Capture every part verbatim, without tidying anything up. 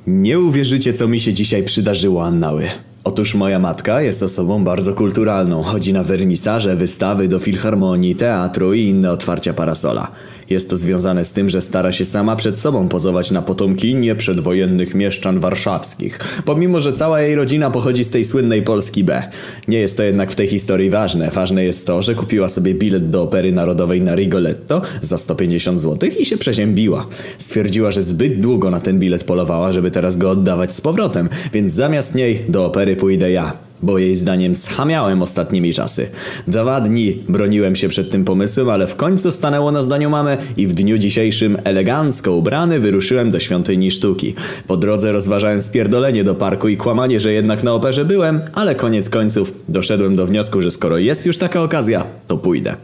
Nie uwierzycie, co mi się dzisiaj przydarzyło, Annały. Otóż moja matka jest osobą bardzo kulturalną. Chodzi na wernisaże, wystawy, do filharmonii, teatru i inne otwarcia parasola. Jest to związane z tym, że stara się sama przed sobą pozować na potomkinie przedwojennych mieszczan warszawskich, pomimo że cała jej rodzina pochodzi z tej słynnej Polski B. Nie jest to jednak w tej historii ważne. Ważne jest to, że kupiła sobie bilet do Opery Narodowej na Rigoletto za sto pięćdziesiąt złotych i się przeziębiła. Stwierdziła, że zbyt długo na ten bilet polowała, żeby teraz go oddawać z powrotem, więc zamiast niej do opery pójdę ja. Bo jej zdaniem schamiałem ostatnimi czasy. Dwa dni broniłem się przed tym pomysłem, ale w końcu stanęło na zdaniu mamy i w dniu dzisiejszym elegancko ubrany wyruszyłem do Świątyni Sztuki. Po drodze rozważałem spierdolenie do parku i kłamanie, że jednak na operze byłem, ale koniec końców doszedłem do wniosku, że skoro jest już taka okazja, to pójdę.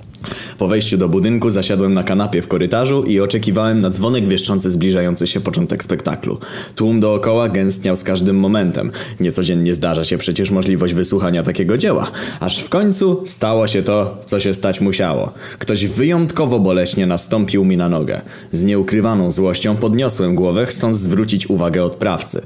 Po wejściu do budynku zasiadłem na kanapie w korytarzu i oczekiwałem na dzwonek wieszczący zbliżający się początek spektaklu. Tłum dookoła gęstniał z każdym momentem. Niecodziennie zdarza się przecież możliwość wysłuchania takiego dzieła. Aż w końcu stało się to, co się stać musiało. Ktoś wyjątkowo boleśnie nastąpił mi na nogę. Z nieukrywaną złością podniosłem głowę, chcąc zwrócić uwagę odprawcy.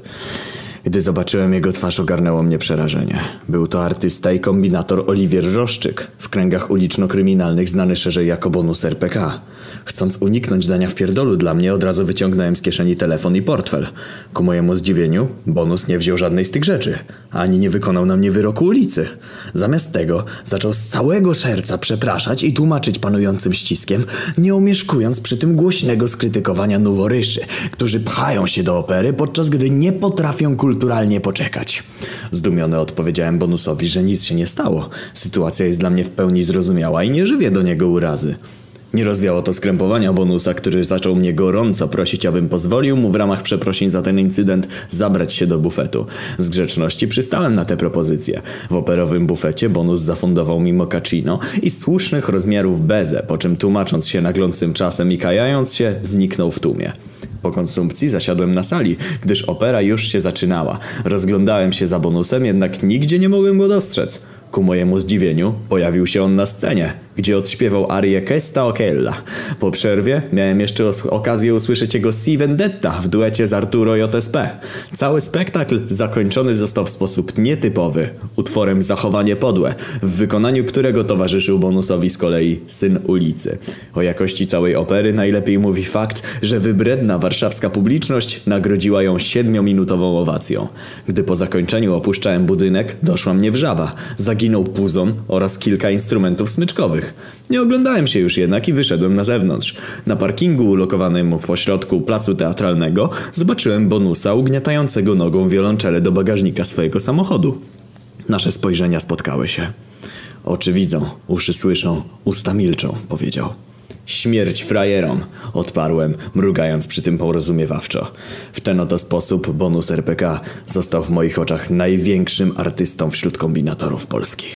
Gdy zobaczyłem jego twarz, ogarnęło mnie przerażenie. Był to artysta i kombinator Oliwier Roszczyk, w kręgach uliczno-kryminalnych znany szerzej jako Bonus R P K. Chcąc uniknąć dania w pierdolu dla mnie, od razu wyciągnąłem z kieszeni telefon i portfel. Ku mojemu zdziwieniu, Bonus nie wziął żadnej z tych rzeczy, ani nie wykonał na mnie wyroku ulicy. Zamiast tego zaczął z całego serca przepraszać i tłumaczyć panującym ściskiem, nie omieszkując przy tym głośnego skrytykowania noworyszy, którzy pchają się do opery, podczas gdy nie potrafią kulturalnie poczekać. Zdumiony odpowiedziałem Bonusowi, że nic się nie stało. Sytuacja jest dla mnie w pełni zrozumiała i nie żywię do niego urazy. Nie rozwiało to skrępowania Bonusa, który zaczął mnie gorąco prosić, abym pozwolił mu w ramach przeprosin za ten incydent zabrać się do bufetu. Z grzeczności przystałem na tę propozycję. W operowym bufecie Bonus zafundował mi mochaccino i słusznych rozmiarów bezę, po czym tłumacząc się naglącym czasem i kajając się, zniknął w tłumie. Po konsumpcji zasiadłem na sali, gdyż opera już się zaczynała. Rozglądałem się za Bonusem, jednak nigdzie nie mogłem go dostrzec. Ku mojemu zdziwieniu pojawił się on na scenie, gdzie odśpiewał arię Questa Ocella. Po przerwie miałem jeszcze os- okazję usłyszeć jego Si Vendetta w duecie z Arturo J S P. Cały spektakl zakończony został w sposób nietypowy, utworem Zachowanie podłe, w wykonaniu którego towarzyszył Bonusowi z kolei Syn ulicy. O jakości całej opery najlepiej mówi fakt, że wybredna warszawska publiczność nagrodziła ją siedmiominutową owacją. Gdy po zakończeniu opuszczałem budynek, doszła mnie wrzawa. Zaginął puzon oraz kilka instrumentów smyczkowych. Nie oglądałem się już jednak i wyszedłem na zewnątrz. Na parkingu ulokowanym pośrodku placu teatralnego zobaczyłem Bonusa ugniatającego nogą wiolonczelę do bagażnika swojego samochodu. Nasze spojrzenia spotkały się. Oczy widzą, uszy słyszą, usta milczą, powiedział. Śmierć frajerom, odparłem, mrugając przy tym porozumiewawczo. W ten oto sposób Bonus R P K został w moich oczach największym artystą wśród kombinatorów polskich.